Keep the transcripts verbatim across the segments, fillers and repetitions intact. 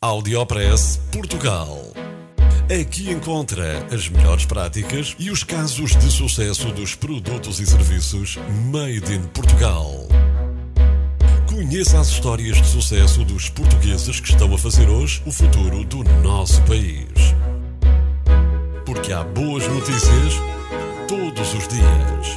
Audiopress Portugal. Aqui encontra as melhores práticas e os casos de sucesso dos produtos e serviços Made in Portugal. Conheça as histórias de sucesso dos portugueses que estão a fazer hoje o futuro do nosso país. Porque há boas notícias todos os dias.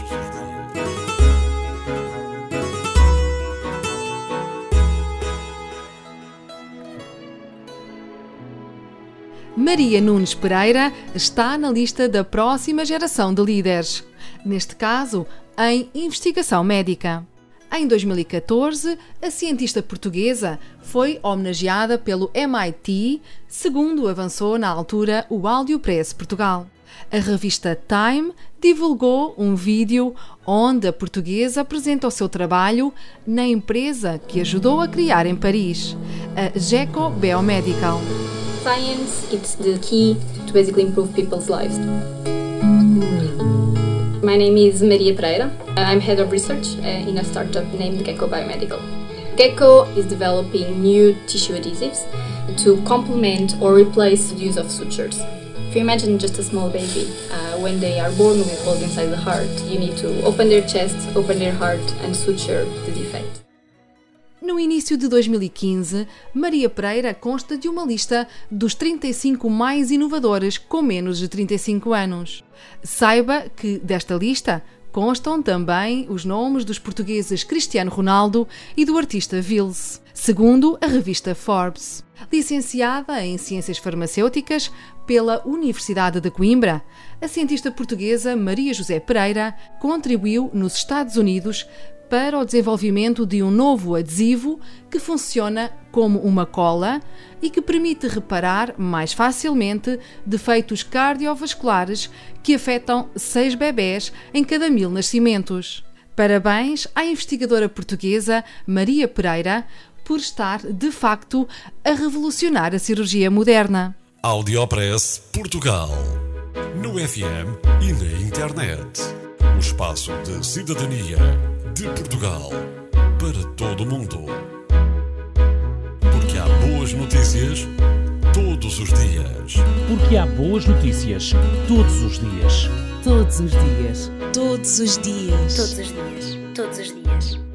Maria Nunes Pereira está na lista da próxima geração de líderes, neste caso, em investigação médica. Em dois mil e catorze, a cientista portuguesa foi homenageada pelo M I T, segundo avançou na altura o Audiopress Portugal. A revista Time divulgou um vídeo onde a portuguesa apresenta o seu trabalho na empresa que ajudou a criar em Paris, a Geco Biomedical. Science, it's the key to basically improve people's lives. My name is Maria Pereira. I'm head of research in a startup named Geco Biomedical. Geco is developing new tissue adhesives to complement or replace the use of sutures. If you imagine just a small baby, uh, when they are born with holes inside the heart, you need to open their chest, open their heart and suture the defect. No início de dois mil e quinze, Maria Pereira consta de uma lista dos trinta e cinco mais inovadores com menos de trinta e cinco anos. Saiba que desta lista constam também os nomes dos portugueses Cristiano Ronaldo e do artista Vils, segundo a revista Forbes. Licenciada em Ciências Farmacêuticas pela Universidade de Coimbra, a cientista portuguesa Maria José Pereira contribuiu nos Estados Unidos para o desenvolvimento de um novo adesivo que funciona como uma cola e que permite reparar mais facilmente defeitos cardiovasculares que afetam seis bebés em cada mil nascimentos. Parabéns à investigadora portuguesa Maria Pereira por estar, de facto, a revolucionar a cirurgia moderna. Audiopress Portugal. No F M e na internet. O espaço de cidadania de Portugal para todo o mundo. Porque há boas notícias todos os dias. Porque há boas notícias todos os dias. Todos os dias. Todos os dias. Todos os dias. Todos os dias.